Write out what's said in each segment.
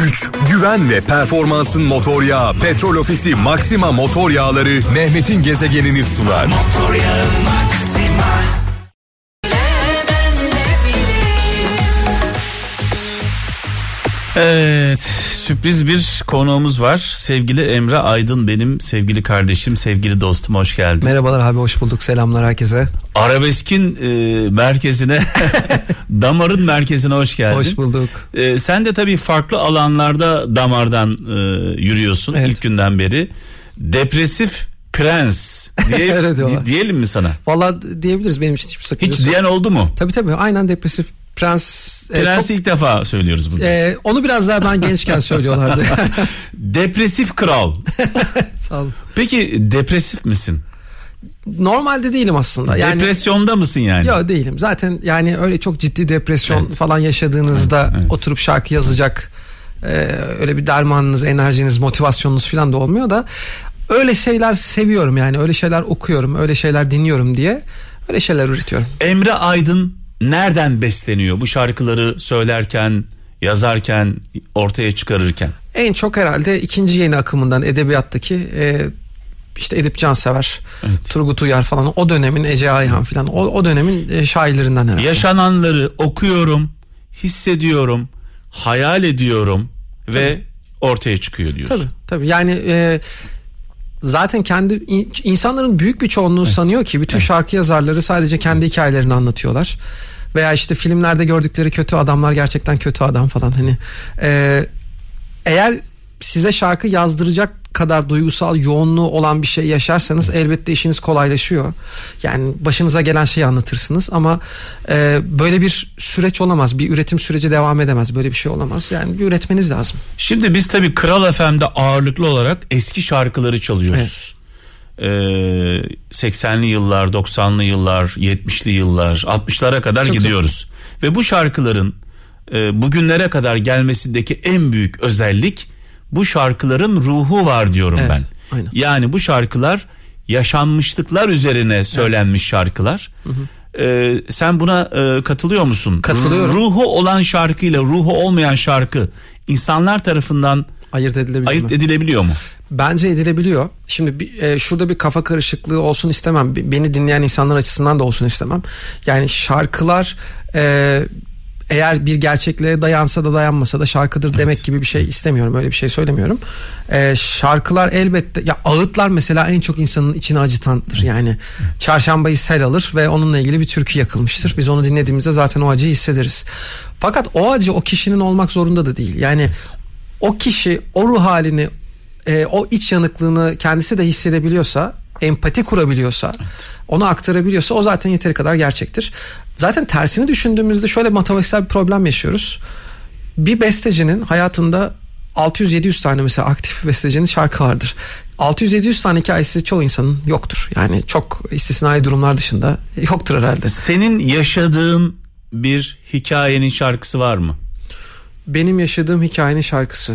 güç, güven ve performansın motor yağı Petrol Ofisi Maxima motor yağları Mehmet'in gezegenini sunar. Motor yağı Maxima. Evet, sürpriz bir konuğumuz var. Sevgili Emre Aydın, benim sevgili kardeşim, sevgili dostum, hoş geldin. Merhabalar abi, hoş bulduk. Selamlar herkese. Arabeskin merkezine, damarın merkezine hoş geldin. Hoş bulduk. Sen de tabii farklı alanlarda damardan yürüyorsun, evet. İlk günden beri. Depresif prens diye, evet, diyelim mi sana? Vallahi diyebiliriz, benim için hiçbir sakıncası. Hiç diyen oldu mu? Tabii aynen, depresif prens. Prensi ilk defa söylüyoruz burada. Onu biraz daha ben gençken söylüyorlardı. Depresif kral. Sağ olun. Peki depresif misin? Normalde değilim aslında. Yani, depresyonda mısın yani? Yok, değilim. Zaten yani öyle çok ciddi depresyon falan yaşadığınızda oturup şarkı yazacak öyle bir dermanınız, enerjiniz, motivasyonunuz falan da olmuyor da öyle şeyler seviyorum yani. Öyle şeyler okuyorum, öyle şeyler dinliyorum diye öyle şeyler üretiyorum. Emre Aydın nereden besleniyor bu şarkıları söylerken, yazarken, ortaya çıkarırken? En çok herhalde ikinci yeni akımından, edebiyattaki işte Edip Cansever, Turgut Uyar falan, o dönemin Ece Ayhan falan, o dönemin şairlerinden herhalde. Yaşananları okuyorum, hissediyorum, hayal ediyorum ve ortaya çıkıyor diyorsun. Tabii yani zaten kendi insanların büyük bir çoğunluğu sanıyor ki bütün şarkı yazarları sadece kendi hikayelerini anlatıyorlar. Veya işte filmlerde gördükleri kötü adamlar gerçekten kötü adam falan. Hani eğer size şarkı yazdıracak kadar duygusal yoğunluğu olan bir şey yaşarsanız elbette işiniz kolaylaşıyor. Yani başınıza gelen şeyi anlatırsınız ama böyle bir süreç olamaz. Bir üretim süreci devam edemez. Böyle bir şey olamaz. Yani bir üretmeniz lazım. Şimdi biz tabii Kral FM'de ağırlıklı olarak eski şarkıları çalıyoruz. 80'li yıllar, 90'lı yıllar, 70'li yıllar, 60'lara kadar çok gidiyoruz. Ve bu şarkıların bugünlere kadar gelmesindeki en büyük özellik, bu şarkıların ruhu var diyorum ben. Aynen. Yani bu şarkılar yaşanmışlıklar üzerine söylenmiş şarkılar. Sen buna katılıyor musun? Katılıyorum. Ruhu olan şarkıyla ruhu olmayan şarkı insanlar tarafından ayırt edilebiliyor mu? Bence edilebiliyor. Şimdi şurada bir kafa karışıklığı olsun istemem. Beni dinleyen insanlar açısından da olsun istemem. Yani şarkılar eğer bir gerçekliğe dayansa da dayanmasa da şarkıdır demek gibi bir şey istemiyorum. Öyle bir şey söylemiyorum. Şarkılar elbette, ya ağıtlar mesela en çok insanın içini acıtandır. Yani çarşambayı sel alır ve onunla ilgili bir türkü yakılmıştır. Biz onu dinlediğimizde zaten o acıyı hissederiz. Fakat o acı o kişinin olmak zorunda da değil. Yani o kişi o ruh halini, o iç yanıklığını kendisi de hissedebiliyorsa, empati kurabiliyorsa, onu aktarabiliyorsa o zaten yeteri kadar gerçektir. Zaten tersini düşündüğümüzde şöyle matematiksel bir problem yaşıyoruz. Bir bestecinin hayatında 600-700 tane mesela aktif bestecinin şarkı vardır. 600-700 tane hikayesi çoğu insanın yoktur. Yani çok istisnai durumlar dışında yoktur herhalde. Senin yaşadığın bir hikayenin şarkısı var mı? Benim yaşadığım hikayenin şarkısı.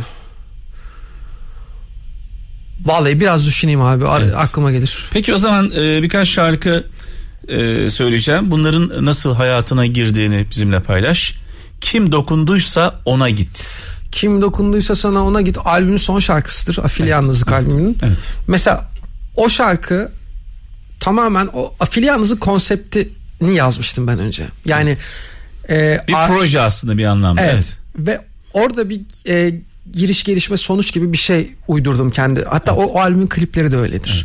Vallahi biraz düşüneyim abi, aklıma gelir. Peki o zaman birkaç şarkı söyleyeceğim. Bunların nasıl hayatına girdiğini bizimle paylaş. Kim dokunduysa ona git. Kim dokunduysa sana ona git albümün son şarkısıdır. Afili Yalnızlık albümünün. Evet. Mesela o şarkı tamamen o Afili Yalnızlık konseptini yazmıştım ben önce. Yani bir proje aslında bir anlamda. Evet. Ve orada bir giriş gelişme sonuç gibi bir şey uydurdum kendi. Hatta o albümün klipleri de öyledir.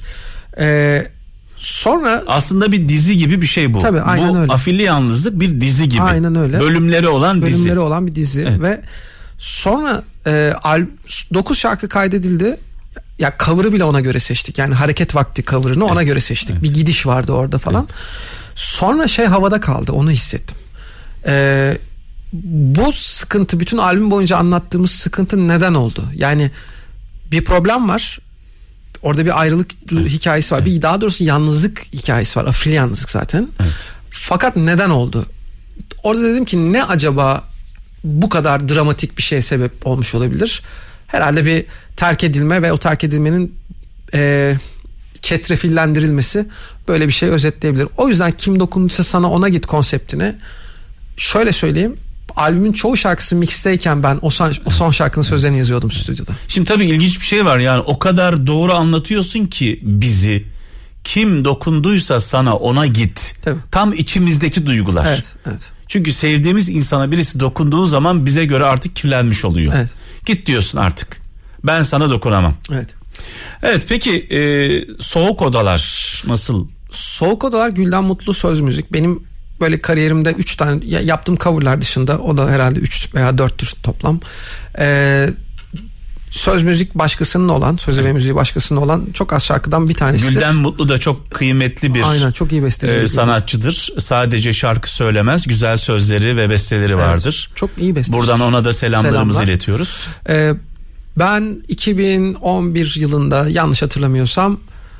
Sonra aslında bir dizi gibi bir şey bu. Tabii, aynen bu öyle. Afili Yalnızlık bir dizi gibi. Aynen öyle. Bölümleri olan bir dizi ve sonra 9 şarkı kaydedildi. Ya cover'ı bile ona göre seçtik. Yani Hareket Vakti cover'ını ona göre seçtik. Bir gidiş vardı orada falan. Sonra havada kaldı. Onu hissettim. Bu sıkıntı, bütün albüm boyunca anlattığımız sıkıntı neden oldu? Yani bir problem var. Orada bir ayrılık hikayesi var. Bir daha doğrusu yalnızlık hikayesi var. Afili yalnızlık zaten. Fakat neden oldu? Orada dedim ki ne acaba bu kadar dramatik bir şeye sebep olmuş olabilir? Herhalde bir terk edilme ve o terk edilmenin çetrefillendirilmesi böyle bir şey özetleyebilir. O yüzden kim dokunduysa sana ona git konseptini şöyle söyleyeyim. albümün çoğu şarkısı mixteyken ben o son şarkının sözlerini yazıyordum stüdyoda. Şimdi tabii ilginç bir şey var, yani o kadar doğru anlatıyorsun ki bizi. Kim dokunduysa sana ona git. Tabii. Tam içimizdeki duygular. Evet. Çünkü sevdiğimiz insana birisi dokunduğu zaman bize göre artık kirlenmiş oluyor. Evet. Git diyorsun artık. Ben sana dokunamam. Evet. Evet, peki Soğuk Odalar nasıl? Soğuk Odalar Gülden Mutlu söz müzik. Benim böyle kariyerimde 3 tane yaptığım coverlar dışında, o da herhalde 3 veya 4'tür toplam. Söz müzik başkasının olan, sözü ve müziği başkasının olan çok az şarkıdan bir tanesidir. Gülden Mutlu da çok kıymetli bir aynen, çok iyi besteci sanatçıdır. Sadece şarkı söylemez, güzel sözleri ve besteleri vardır. Çok iyi besteci. Buradan ona da selamlarımızı iletiyoruz. Ben 2011 yılında yanlış hatırlamıyorsam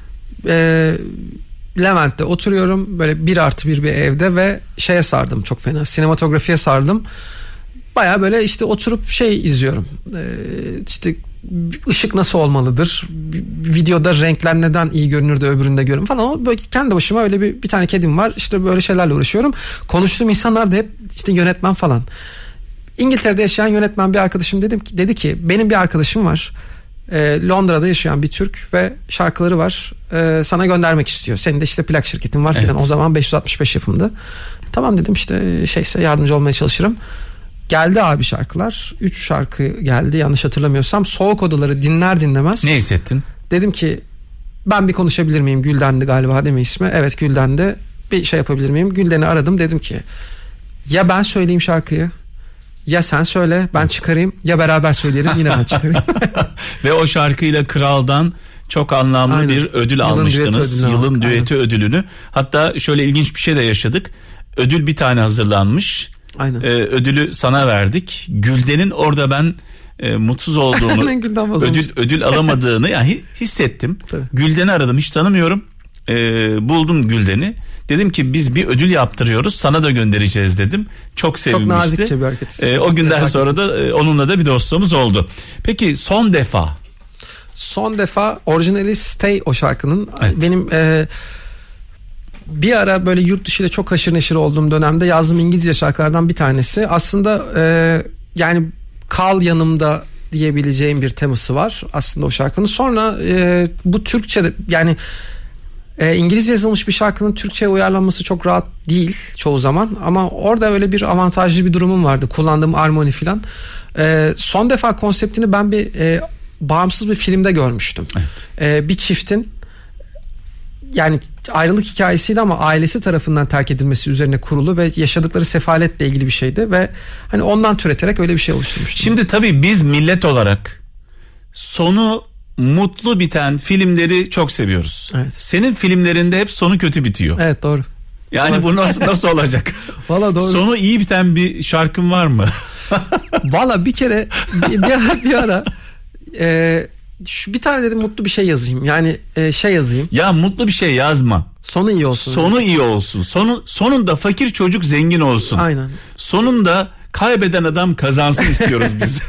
Levent'te oturuyorum, böyle 1+1 bir evde ve şeye sardım, çok fena sinematografiye sardım. Baya böyle işte oturup şey izliyorum, işte ışık nasıl olmalıdır, videoda renkler neden iyi görünür de öbüründe görünür falan. Böyle kendi başıma öyle bir tane kedim var, işte böyle şeylerle uğraşıyorum. Konuştuğum insanlar da hep işte yönetmen falan. İngiltere'de yaşayan yönetmen bir arkadaşım dedi ki benim bir arkadaşım var, Londra'da yaşayan bir Türk ve şarkıları var, sana göndermek istiyor. Senin de işte plak şirketin var filan. O zaman 565 yapımdı. Tamam dedim, işte şeyse yardımcı olmaya çalışırım. Geldi abi şarkılar. 3 şarkı geldi yanlış hatırlamıyorsam. Soğuk Odaları dinler dinlemez. Ne hissettin? Dedim ki ben bir konuşabilir miyim? Gülden'di galiba değil mi ismi? Evet, Gülden'di. Bir şey yapabilir miyim? Gülden'i aradım, dedim ki ya ben söyleyeyim şarkıyı, ya sen söyle ben çıkarayım, ya beraber söyleyelim yine ben çıkarayım. Ve o şarkıyla Kral'dan çok anlamlı aynen. Bir ödül almıştınız. Yılın düeti ödülünü. Hatta şöyle ilginç bir şey de yaşadık. Ödül bir tane hazırlanmış. Aynen. Ödülü sana verdik. Gülden'in orada ben mutsuz olduğunu, ödül alamadığını yani hissettim. Tabii. Gülden'i aradım, hiç tanımıyorum. Buldum Gülden'i. Dedim ki biz bir ödül yaptırıyoruz, sana da göndereceğiz dedim. Çok sevinmişti. Çok nazikçe bir hareket. O günden sonra da onunla da bir dostluğumuz oldu. Peki son defa orijinali Stay o şarkının. Evet. Benim bir ara böyle yurt dışı ile çok haşır neşir olduğum dönemde yazdığım İngilizce şarkılardan bir tanesi. Aslında yani kal yanımda diyebileceğim bir teması var aslında o şarkının. Sonra bu Türkçe'de yani İngilizce yazılmış bir şarkının Türkçe'ye uyarlanması çok rahat değil çoğu zaman. Ama orada öyle bir avantajlı bir durumum vardı. Kullandığım armoni filan. Son defa konseptini ben bir bağımsız bir filmde görmüştüm. Evet. Bir çiftin yani ayrılık hikayesiydi ama ailesi tarafından terk edilmesi üzerine kurulu ve yaşadıkları sefaletle ilgili bir şeydi ve hani ondan türeterek öyle bir şey oluşturmuştum. Şimdi tabii biz millet olarak sonu mutlu biten filmleri çok seviyoruz. Evet. Senin filmlerinde hep sonu kötü bitiyor. Evet, doğru. Yani doğru. Bu nasıl olacak? Valla doğru. Sonu iyi biten bir şarkın var mı? Valla bir kere bir ara bir tane dedim mutlu bir şey yazayım. Yani şey yazayım. Ya mutlu bir şey yazma. Sonu iyi olsun. Sonu iyi olsun. Sonunda fakir çocuk zengin olsun. Aynen. Sonunda kaybeden adam kazansın istiyoruz biz.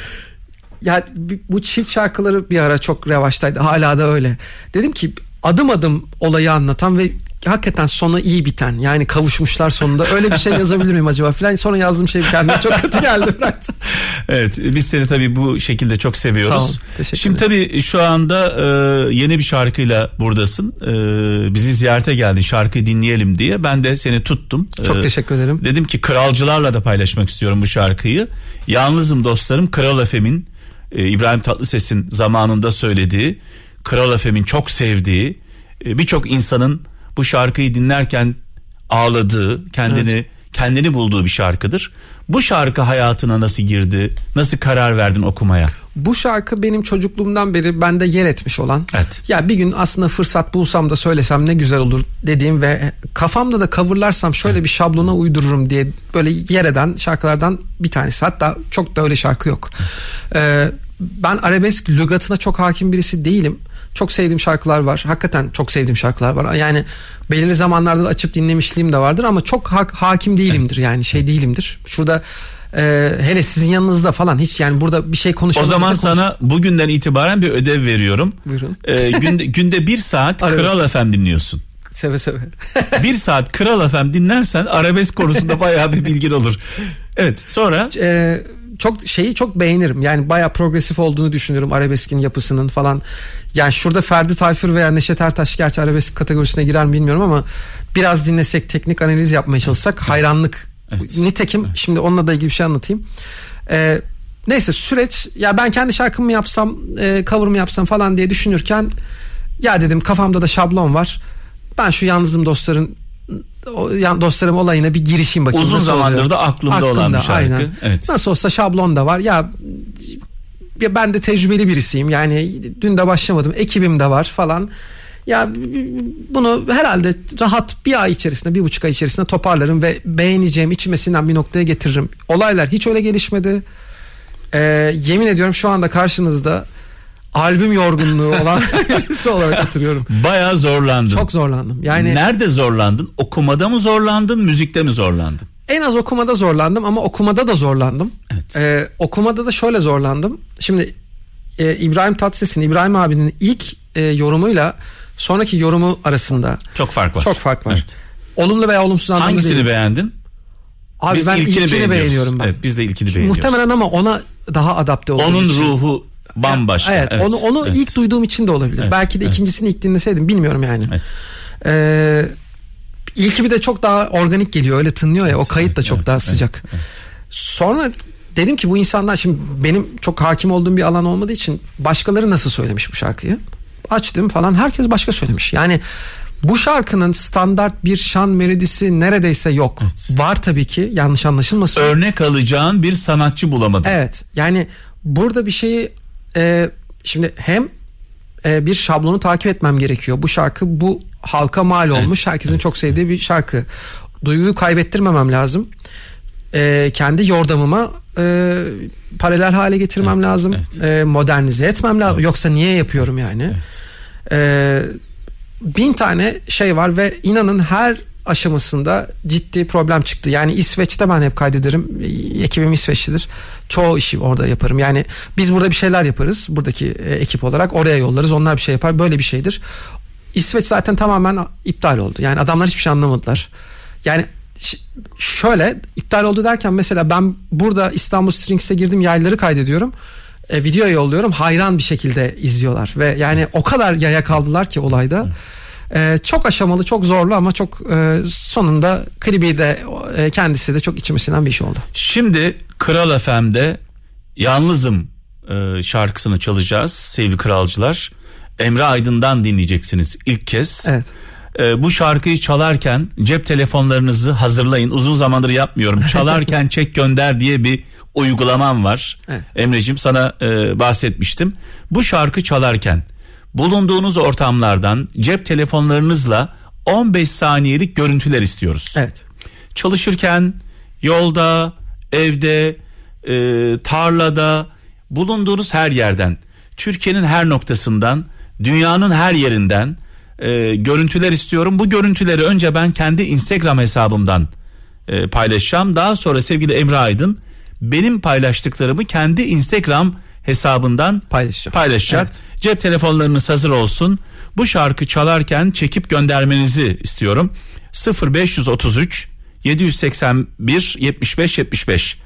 Ya bu çift şarkıları bir ara çok revaçtaydı. Hala da öyle. Dedim ki adım adım olayı anlatan ve hakikaten sonu iyi biten, yani kavuşmuşlar sonunda, öyle bir şey yazabilir miyim acaba filan. Sonra yazdığım şey kendime çok kötü geldi. Evet, biz seni tabii bu şekilde çok seviyoruz. Sağ olun, teşekkür Şimdi ederim. tabii şu anda yeni bir şarkıyla buradasın. Bizi ziyarete geldin şarkıyı dinleyelim diye. Ben de seni tuttum. Çok teşekkür ederim. Dedim ki kralcılarla da paylaşmak istiyorum bu şarkıyı. Yalnızım dostlarım, Kral FM'in İbrahim Tatlıses'in zamanında söylediği, Kral FM'in çok sevdiği, birçok insanın bu şarkıyı dinlerken ağladığı, kendini bulduğu bir şarkıdır. Bu şarkı hayatına nasıl girdi? Nasıl karar verdin okumaya? Bu şarkı benim çocukluğumdan beri bende yer etmiş olan. Evet. Ya bir gün aslında fırsat bulsam da söylesem ne güzel olur dediğim ve kafamda da coverlarsam şöyle bir şablona uydururum diye böyle yer eden şarkılardan bir tanesi. Hatta çok da öyle şarkı yok. Ben arabesk lügatına çok hakim birisi değilim. Çok sevdiğim şarkılar var. Hakikaten çok sevdiğim şarkılar var. Yani belirli zamanlarda da açıp dinlemişliğim de vardır ama çok hakim değilimdir. Yani şey değilimdir. Şurada hele sizin yanınızda falan hiç, yani burada bir şey konuşalım. O zaman sana bugünden itibaren bir ödev veriyorum. Buyurun. Günde 1 saat Kral FM dinliyorsun. Seve seve. 1 saat Kral FM dinlersen arabesk konusunda bayağı bir bilgin olur. Evet, sonra çok beğenirim. Yani bayağı progresif olduğunu düşünüyorum arabeskin yapısının falan. Yani şurada Ferdi Tayfur veya Neşet Ertaş, gerçi arabesk kategorisine girer mi bilmiyorum ama biraz dinlesek, teknik analiz yapmaya çalışsak hayranlık. Evet. Nitekim şimdi onunla da ilgili bir şey anlatayım. Neyse süreç, ya ben kendi şarkımı mı yapsam, cover mı yapsam falan diye düşünürken, ya dedim kafamda da şablon var. Ben şu Yalnızım Dostlarım olayına bir girişeyim bakayım. Uzun zamandır oluyor da aklımda olan bir şarkı. Aynen. Evet. Nasıl olsa şablon da var. Ya ben de tecrübeli birisiyim. Yani dün de başlamadım. Ekibim de var falan. Ya bunu herhalde rahat bir ay içerisinde, 1,5 ay içerisinde toparlarım ve beğeneceğim, içime sinen bir noktaya getiririm. Olaylar hiç öyle gelişmedi. Yemin ediyorum şu anda karşınızda albüm yorgunluğu olan birisi olarak oturuyorum. Bayağı zorlandın. Çok zorlandım. Yani nerede zorlandın? Okumada mı zorlandın, müzikte mi zorlandın? En az okumada zorlandım ama okumada da zorlandım. Evet. Okumada da şöyle zorlandım. Şimdi İbrahim Tatlıses'in, İbrahim abinin ilk yorumuyla sonraki yorumu arasında çok fark var. Çok fark var. Evet. Olumlu veya olumsuz anlamda değil. Hangisini beğendin? Abi biz ben ilkini beğeniyorum ben. Evet, biz de ilkini beğeniyoruz. Muhtemelen ama ona daha adapte olduğum onun için. ruhu bambaşka. Evet, evet. Onu evet. ilk duyduğum için de olabilir. Evet, Belki de ikincisini ilk dinleseydim, bilmiyorum yani. Evet. İlki bir de çok daha organik geliyor, öyle tınlıyor ya. Evet, o kayıt da çok daha sıcak. Evet. Sonra dedim ki bu insanlar, şimdi benim çok hakim olduğum bir alan olmadığı için başkaları nasıl söylemiş bu şarkıyı? Açtım falan, herkes başka söylemiş. Yani bu şarkının standart bir şan melodisi neredeyse yok. Evet. Var tabii ki, yanlış anlaşılmasın. Örnek alacağın bir sanatçı bulamadın. Evet, yani burada bir şeyi şimdi hem bir şablonu takip etmem gerekiyor. Bu şarkı bu halka mal olmuş. Evet, herkesin çok sevdiği bir şarkı. Duyguyu kaybettirmemem lazım. Kendi yordamıma paralel hale getirmem lazım. Evet. Modernize etmem lazım. Evet. Yoksa niye yapıyorum yani? Evet. 1000 tane şey var ve inanın her aşamasında ciddi problem çıktı. Yani İsveç'te ben hep kaydederim. Ekibim İsveçlidir. Çoğu işi orada yaparım. Yani biz burada bir şeyler yaparız. Buradaki ekip olarak oraya yollarız. Onlar bir şey yapar. Böyle bir şeydir. İsveç zaten tamamen iptal oldu. Yani adamlar hiçbir şey anlamadılar. Yani şöyle iptal oldu derken, mesela ben burada İstanbul Strings'e girdim, yayları kaydediyorum. Video yolluyorum. Hayran bir şekilde izliyorlar. Ve yani o kadar yaya kaldılar ki olayda. Çok aşamalı, çok zorlu ama çok sonunda klibi de kendisi de çok içime sinen bir iş oldu. Şimdi Kral FM'de Yalnızım şarkısını çalacağız sevgili kralcılar. Emre Aydın'dan dinleyeceksiniz ilk kez. Evet. Bu şarkıyı çalarken cep telefonlarınızı hazırlayın. Uzun zamandır yapmıyorum. Çalarken çek gönder diye bir uygulamam var. Evet. Emreciğim, sana bahsetmiştim. Bu şarkı çalarken bulunduğunuz ortamlardan cep telefonlarınızla 15 saniyelik görüntüler istiyoruz. Evet. Çalışırken, yolda, evde, tarlada, bulunduğunuz her yerden, Türkiye'nin her noktasından, dünyanın her yerinden görüntüler istiyorum. Bu görüntüleri önce ben kendi Instagram hesabımdan paylaşacağım. Daha sonra sevgili Emre Aydın benim paylaştıklarımı kendi Instagram hesabından paylaşacak. Evet. Cep telefonlarınız hazır olsun. Bu şarkı çalarken çekip göndermenizi istiyorum. 0533 781 75 75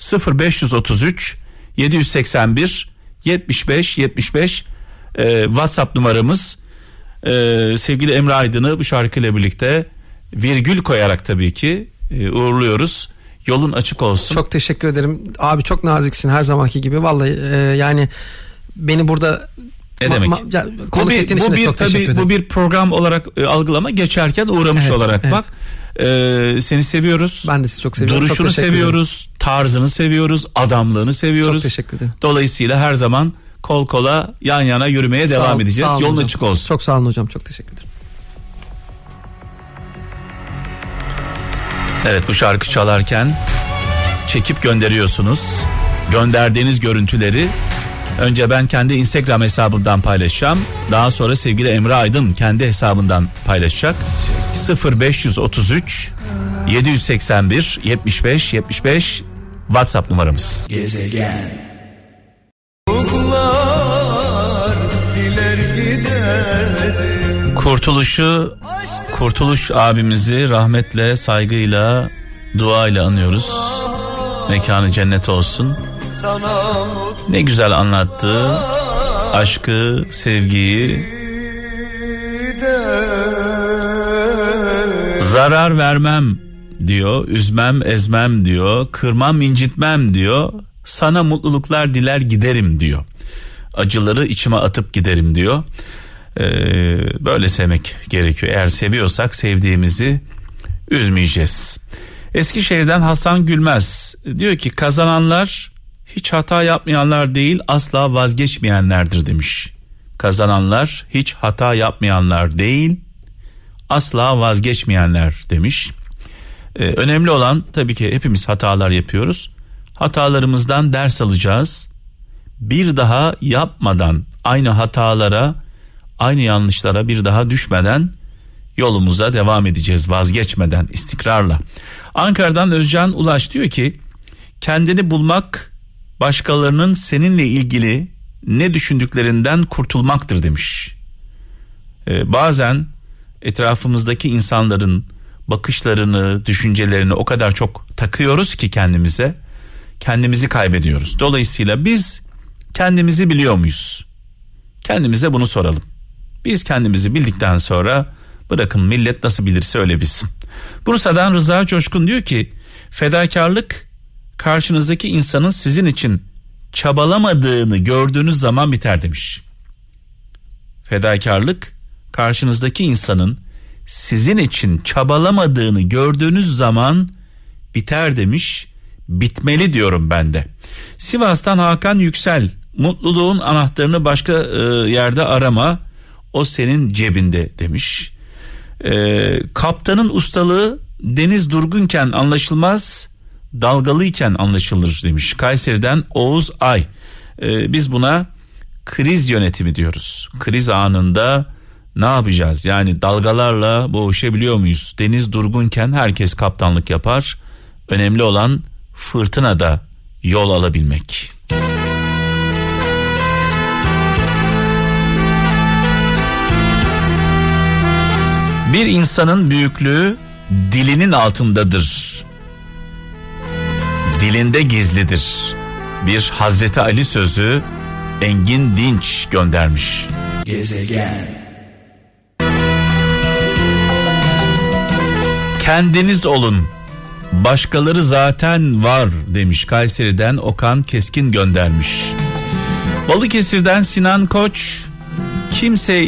0533 781 75 75 WhatsApp numaramız. Sevgili Emre Aydın'ı bu şarkıyla birlikte virgül koyarak tabii ki uğurluyoruz. Yolun açık olsun. Çok teşekkür ederim. Abi çok naziksin her zamanki gibi. Vallahi yani beni burada ne demek? Konuk ettiğin için de çok teşekkür ederim. Bu bir program olarak algılama, geçerken uğramış olarak bak. Seni seviyoruz. Ben de sizi çok seviyorum. Duruşunu çok seviyoruz. Tarzını seviyoruz. Adamlığını seviyoruz. Çok teşekkür ederim. Dolayısıyla her zaman kol kola yan yana yürümeye devam edeceğiz. Yolun hocam. Açık olsun. Çok sağ olun hocam. Çok teşekkür ederim. Evet, bu şarkı çalarken çekip gönderiyorsunuz. Gönderdiğiniz görüntüleri önce ben kendi Instagram hesabımdan paylaşacağım. Daha sonra sevgili Emre Aydın kendi hesabından paylaşacak. 0533 781 75 75 WhatsApp numaramız. Gezegen. Kurtuluş abimizi rahmetle, saygıyla, duayla anıyoruz. mekanı cennet olsun. Ne güzel anlattı aşkı, sevgiyi. Zarar vermem diyor, üzmem, ezmem diyor, kırmam, incitmem diyor. Sana mutluluklar diler giderim diyor. Acıları içime atıp giderim diyor. Böyle sevmek gerekiyor. Eğer seviyorsak sevdiğimizi üzmeyeceğiz. Eskişehir'den Hasan Gülmez diyor ki kazananlar hiç hata yapmayanlar değil, asla vazgeçmeyenlerdir demiş. Kazananlar hiç hata yapmayanlar değil, asla vazgeçmeyenler demiş. Önemli olan tabii ki hepimiz hatalar yapıyoruz. Hatalarımızdan ders alacağız. Bir daha yapmadan, aynı hatalara, aynı yanlışlara bir daha düşmeden yolumuza devam edeceğiz, vazgeçmeden, istikrarla. Ankara'dan Özcan Ulaş diyor ki kendini bulmak başkalarının seninle ilgili ne düşündüklerinden kurtulmaktır demiş. Bazen etrafımızdaki insanların bakışlarını, düşüncelerini o kadar çok takıyoruz ki kendimizi kaybediyoruz. Dolayısıyla biz kendimizi biliyor muyuz? Kendimize bunu soralım. Biz kendimizi bildikten sonra bırakın millet nasıl bilirse öyle bilsin. Bursa'dan Rıza Coşkun diyor ki fedakarlık karşınızdaki insanın sizin için çabalamadığını gördüğünüz zaman biter demiş. Fedakarlık karşınızdaki insanın sizin için çabalamadığını gördüğünüz zaman biter demiş. Bitmeli diyorum ben de. Sivas'tan Hakan Yüksel, mutluluğun anahtarını başka yerde arama, o senin cebinde demiş. Kaptanın ustalığı deniz durgunken anlaşılmaz, dalgalıyken anlaşılır demiş. Kayseri'den Oğuz Ay. Biz buna kriz yönetimi diyoruz. Kriz anında ne yapacağız? Yani dalgalarla boğuşabiliyor muyuz? Deniz durgunken herkes kaptanlık yapar. Önemli olan fırtınada yol alabilmek. Bir insanın büyüklüğü dilinin altındadır. Dilinde gizlidir. Bir Hazreti Ali sözü Engin Dinç göndermiş. Gezegen. Kendiniz olun, başkaları zaten var demiş. Kayseri'den Okan Keskin göndermiş. Balıkesir'den Sinan Koç, kimseye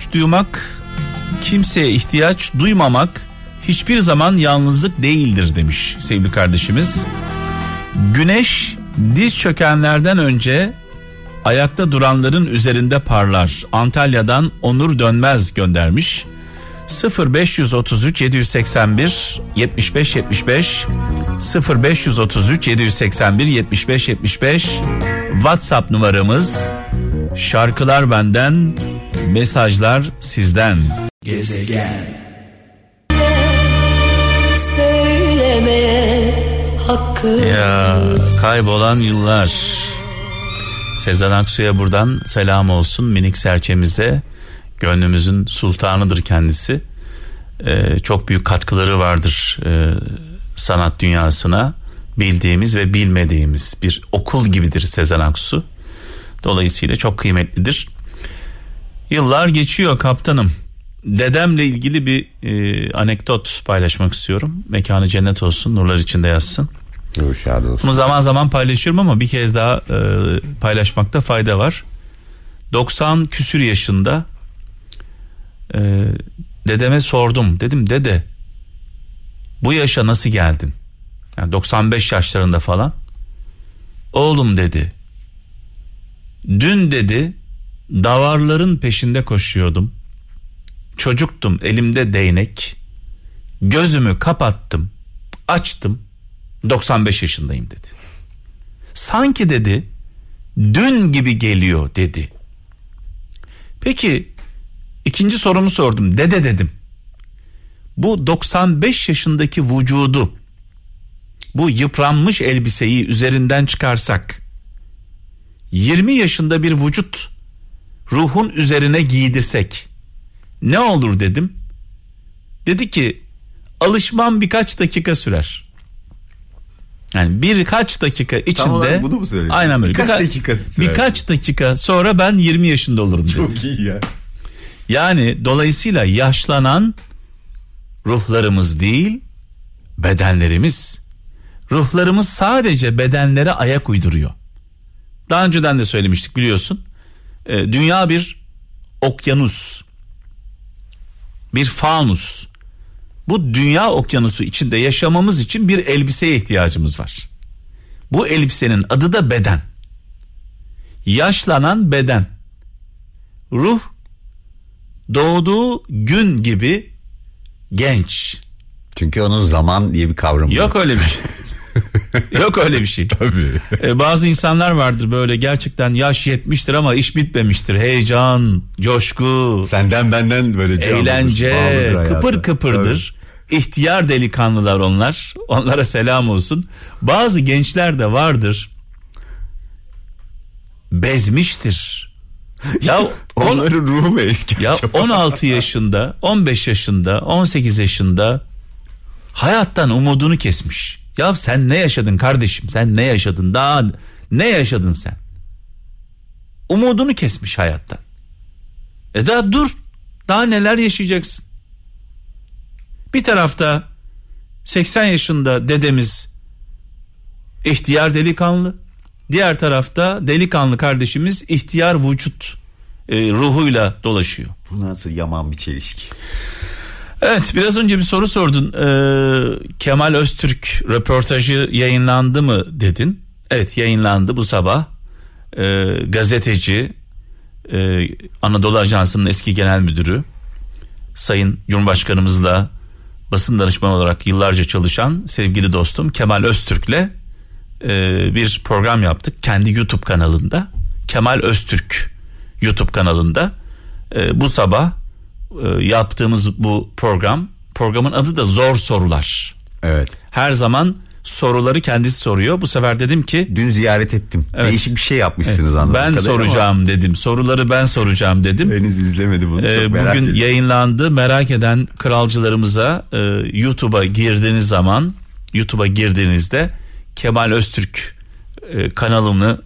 ihtiyaç duymamak hiçbir zaman yalnızlık değildir demiş sevgili kardeşimiz. Güneş diz çökenlerden önce ayakta duranların üzerinde parlar. Antalya'dan Onur Dönmez göndermiş. 0533 781 75 75 0533 781 75 75 WhatsApp numaramız. Şarkılar benden, mesajlar sizden. Gezegen. Ya kaybolan yıllar. Sezen Aksu'ya buradan selam olsun, minik serçemize. Gönlümüzün sultanıdır kendisi. Çok büyük katkıları vardır sanat dünyasına. Bildiğimiz ve bilmediğimiz bir okul gibidir Sezen Aksu. Dolayısıyla çok kıymetlidir. Yıllar geçiyor kaptanım. Dedemle ilgili bir anekdot paylaşmak istiyorum. Mekanı cennet olsun, nurlar içinde yatsın. Bunu zaman zaman paylaşıyorum ama bir kez daha paylaşmakta fayda var. 90 küsür yaşında dedeme sordum. Dedim dede, bu yaşa nasıl geldin? Yani 95 yaşlarında falan. Oğlum dedi, dün dedi davarların peşinde koşuyordum. Çocuktum, elimde değnek. Gözümü kapattım, açtım. 95 yaşındayım dedi. Sanki dedi dün gibi geliyor dedi. Peki ikinci sorumu sordum. Dede dedim, bu 95 yaşındaki vücudu, bu yıpranmış elbiseyi üzerinden çıkarsak 20 yaşında bir vücut ruhun üzerine giydirsek ne olur dedim. Dedi ki alışmam birkaç dakika sürer. Yani birkaç dakika içinde. Bunu mu söyledin? Aynen böyle. Birkaç dakika sonra ben 20 yaşında olurum dedi. Çok iyi ya. Yani dolayısıyla yaşlanan ruhlarımız değil, bedenlerimiz. Ruhlarımız sadece bedenlere ayak uyduruyor. Daha önceden de söylemiştik biliyorsun. Dünya bir okyanus. Bir fanus. Bu dünya okyanusu içinde yaşamamız için bir elbiseye ihtiyacımız var. Bu elbisenin adı da beden. Yaşlanan beden. Ruh doğduğu gün gibi genç. Çünkü onun zaman diye bir kavramı yok. Öyle bir şey. Yok öyle bir şey. Tabii. Bazı insanlar vardır böyle gerçekten yaş 70'tir ama iş bitmemiştir. Heyecan, coşku, senden benden böyle eğlence, kıpır kıpırdır. Tabii. İhtiyar delikanlılar onlar. Onlara selam olsun. Bazı gençler de vardır. Bezmiştir. Ya onların ruhu mu eski? Ya 16 yaşında, 15 yaşında, 18 yaşında hayattan umudunu kesmiş. Ya sen ne yaşadın kardeşim? Sen ne yaşadın? Daha ne yaşadın sen? Umudunu kesmiş hayattan. Daha dur. Daha neler yaşayacaksın? Bir tarafta 80 yaşında dedemiz ihtiyar delikanlı. Diğer tarafta delikanlı kardeşimiz ihtiyar vücut ruhuyla dolaşıyor. Bu nasıl yaman bir çelişki? Evet, biraz önce bir soru sordun. Kemal Öztürk röportajı yayınlandı mı dedin. Evet, yayınlandı bu sabah. Gazeteci, Anadolu Ajansı'nın eski genel müdürü, Sayın Cumhurbaşkanımızla basın danışmanı olarak yıllarca çalışan sevgili dostum Kemal Öztürk'le bir program yaptık. Kendi YouTube kanalında, Kemal Öztürk YouTube kanalında. Bu sabah yaptığımız bu programın adı da Zor Sorular. Evet. Her zaman soruları kendisi soruyor. Bu sefer dedim ki dün ziyaret ettim. Evet. Değişik bir şey yapmışsınız anladığım kadarıyla. Ben soracağım dedim. Soruları ben soracağım dedim. Henüz izlemedi bunu. Bugün yayınlandı. Merak eden kralcılarımıza YouTube'a girdiğinizde Kemal Öztürk kanalını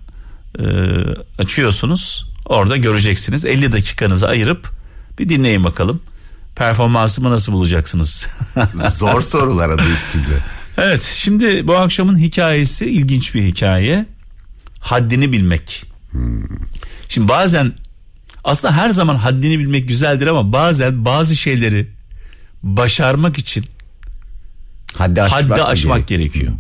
açıyorsunuz. Orada göreceksiniz. 50 dakikanızı ayırıp bir dinleyin bakalım. Performansımı nasıl bulacaksınız? Zor sorular adı üstünde. Evet, şimdi bu akşamın hikayesi ilginç bir hikaye. Haddini bilmek. Şimdi bazen, aslında her zaman haddini bilmek güzeldir ama bazen bazı şeyleri başarmak için haddi aşmak gerekiyor.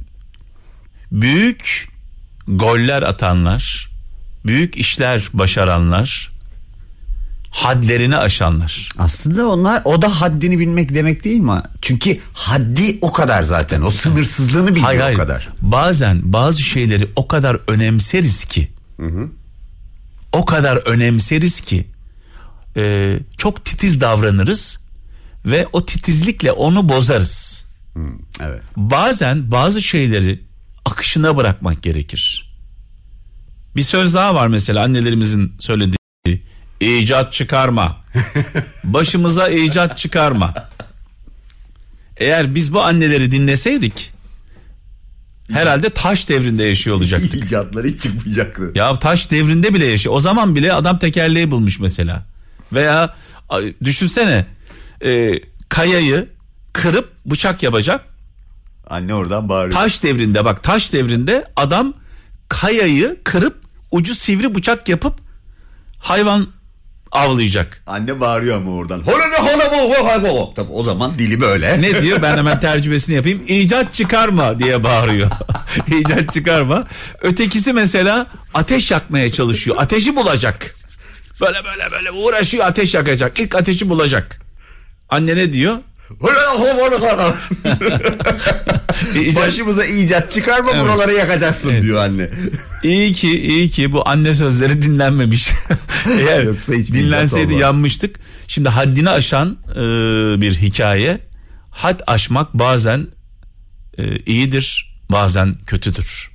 Büyük goller atanlar, büyük işler başaranlar, hadlerini aşanlar. Aslında o da haddini bilmek demek değil mi? Çünkü haddi o kadar zaten. O sınırsızlığını biliyor o kadar. Bazen bazı şeyleri o kadar önemseriz ki. O kadar önemseriz ki çok titiz davranırız ve o titizlikle onu bozarız. Evet. Bazen bazı şeyleri akışına bırakmak gerekir. Bir söz daha var mesela annelerimizin söylediği. İcat çıkarma. Başımıza icat çıkarma. Eğer biz bu anneleri dinleseydik herhalde taş devrinde yaşıyor olacaktık. İcatları hiç çıkmayacaktı. Ya taş devrinde bile yaşıyor. O zaman bile adam tekerleği bulmuş mesela. Veya düşünsene kayayı kırıp bıçak yapacak. Anne oradan bağırıyor. Taş devrinde adam kayayı kırıp ucu sivri bıçak yapıp hayvan avlayacak. Anne bağırıyor ama oradan. Tabii o zaman dili böyle. Ne diyor? Ben hemen tercümesini yapayım. İcat çıkarma diye bağırıyor. İcat çıkarma. Ötekisi mesela ateş yakmaya çalışıyor. Ateşi bulacak. Böyle uğraşıyor, ateş yakacak. İlk ateşi bulacak. Anne ne diyor? Başımıza icat çıkarma, evet. Buraları yakacaksın, evet. Diyor anne. İyi ki bu anne sözleri dinlenmemiş. Eğer dinlenseydi yanmıştık. Şimdi haddini aşan bir hikaye. Had aşmak bazen iyidir, bazen kötüdür.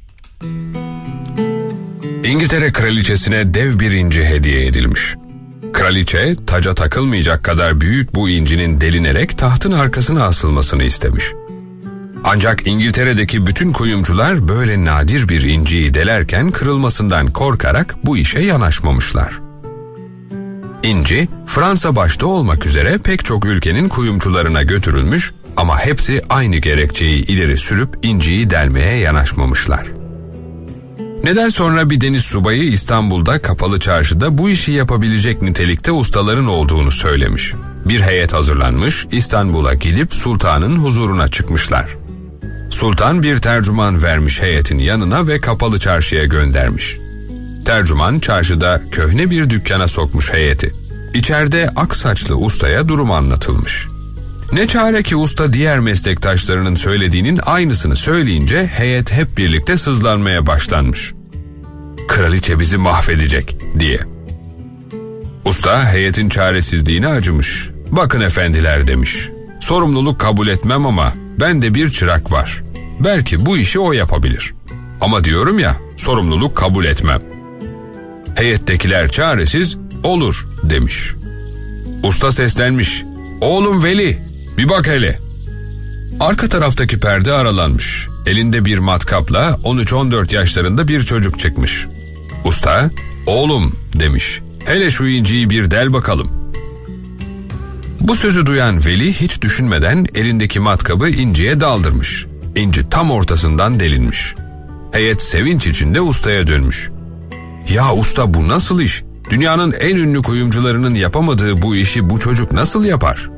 İngiltere kraliçesine dev bir inci hediye edilmiş. Kraliçe taca takılmayacak kadar büyük bu incinin delinerek tahtın arkasına asılmasını istemiş. Ancak İngiltere'deki bütün kuyumcular böyle nadir bir inciyi delerken kırılmasından korkarak bu işe yanaşmamışlar. İnci, Fransa başta olmak üzere pek çok ülkenin kuyumcularına götürülmüş ama hepsi aynı gerekçeyi ileri sürüp inciyi delmeye yanaşmamışlar. Neden sonra bir deniz subayı İstanbul'da Kapalı Çarşı'da bu işi yapabilecek nitelikte ustaların olduğunu söylemiş. Bir heyet hazırlanmış, İstanbul'a gidip sultanın huzuruna çıkmışlar. Sultan bir tercüman vermiş heyetin yanına ve Kapalı Çarşı'ya göndermiş. Tercüman çarşıda köhne bir dükkana sokmuş heyeti. İçeride ak saçlı ustaya durum anlatılmış. Ne çare ki usta diğer meslektaşlarının söylediğinin aynısını söyleyince heyet hep birlikte sızlanmaya başlanmış. Kraliçe bizi mahvedecek diye. Usta heyetin çaresizliğine acımış. Bakın efendiler demiş. Sorumluluk kabul etmem ama bende bir çırak var. Belki bu işi o yapabilir. Ama diyorum ya, sorumluluk kabul etmem. Heyettekiler çaresiz, olur demiş. Usta seslenmiş. Oğlum Veli, bir bak hele. Arka taraftaki perde aralanmış. Elinde bir matkapla 13-14 yaşlarında bir çocuk çıkmış. Usta, oğlum demiş. Hele şu inciyi bir del bakalım. Bu sözü duyan Veli hiç düşünmeden elindeki matkabı inciye daldırmış. İnci tam ortasından delinmiş. Heyet sevinç içinde ustaya dönmüş. Ya usta bu nasıl iş? Dünyanın en ünlü kuyumcularının yapamadığı bu işi bu çocuk nasıl yapar?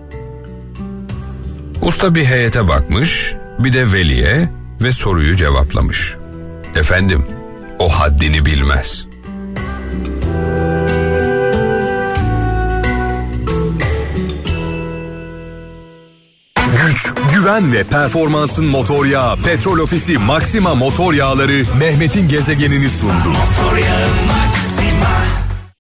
Usta bir heyete bakmış, bir de Veli'ye ve soruyu cevaplamış. Efendim, o haddini bilmez. Güç, güven ve performansın motor yağı Petrol Ofisi Maxima motor yağları Mehmet'in gezegenini sundu. Motor yağı